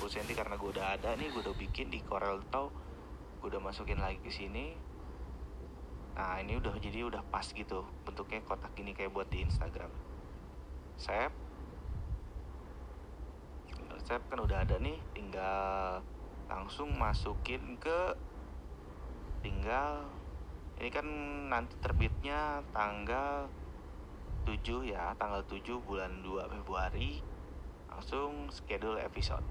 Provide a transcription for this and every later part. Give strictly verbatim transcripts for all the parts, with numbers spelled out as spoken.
puluh sentimeter karena gue udah ada nih, gue udah bikin di Corel Draw, gue udah masukin lagi ke sini. Nah ini udah jadi udah pas gitu bentuknya, kotak gini kayak buat di Instagram. Save, save kan udah ada nih, tinggal langsung masukin ke, tinggal ini kan nanti terbitnya tanggal tujuh ya, tanggal tujuh bulan dua Februari. Langsung schedule episode.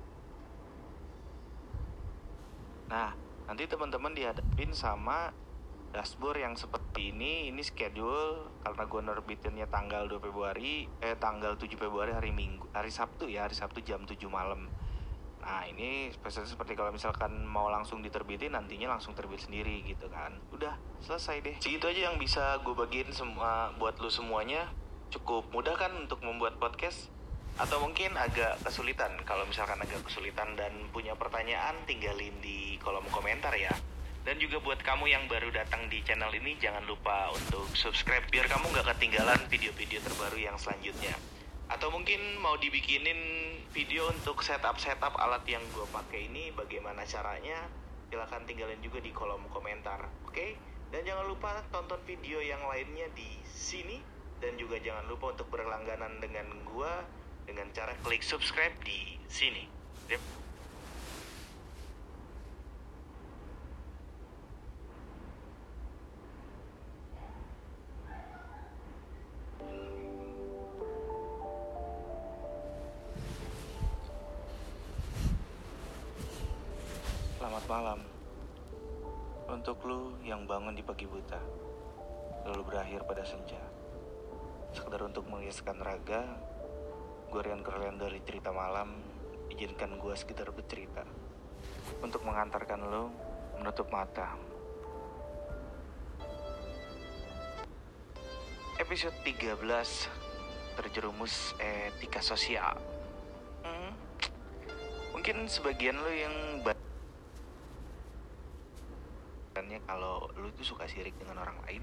Nah, nanti teman-teman dihadapin sama dashboard yang seperti ini. Ini schedule karena gue nerbitinnya tanggal dua Februari, eh tanggal tujuh Februari hari Minggu, hari Sabtu ya, hari Sabtu jam tujuh malam. Nah, ini spesial seperti kalau misalkan mau langsung diterbitin, nantinya langsung terbit sendiri gitu kan. Udah, selesai deh. Segitu aja yang bisa gue bagiin semua buat lu semuanya. Cukup mudah kan untuk membuat podcast? Atau mungkin agak kesulitan? Kalau misalkan agak kesulitan dan punya pertanyaan, tinggalin di kolom komentar ya. Dan juga buat kamu yang baru datang di channel ini, jangan lupa untuk subscribe biar kamu gak ketinggalan video-video terbaru yang selanjutnya. Atau mungkin mau dibikinin video untuk setup-setup alat yang gue pakai ini, bagaimana caranya? Silahkan tinggalin juga di kolom komentar, oke? Dan jangan lupa tonton video yang lainnya di sini. Dan juga jangan lupa untuk berlangganan dengan gue dengan cara klik subscribe di sini. Yep. Selamat malam untuk lu yang bangun di pagi buta, lalu berakhir pada senja. Sekedar untuk menghiaskan raga, gue Rian Kerlian dari Cerita Malam. Izinkan gue sekedar bercerita untuk mengantarkan lo menutup mata. Episode tiga belas, terjerumus etika sosial. hmm, Mungkin sebagian lo yang bahkannya kalau lo tuh suka sirik dengan orang lain.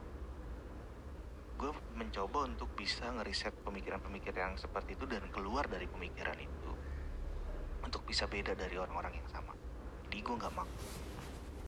Gue mencoba untuk bisa ngeriset pemikiran-pemikiran yang seperti itu dan keluar dari pemikiran itu untuk bisa beda dari orang-orang yang sama. Jadi gue gak mau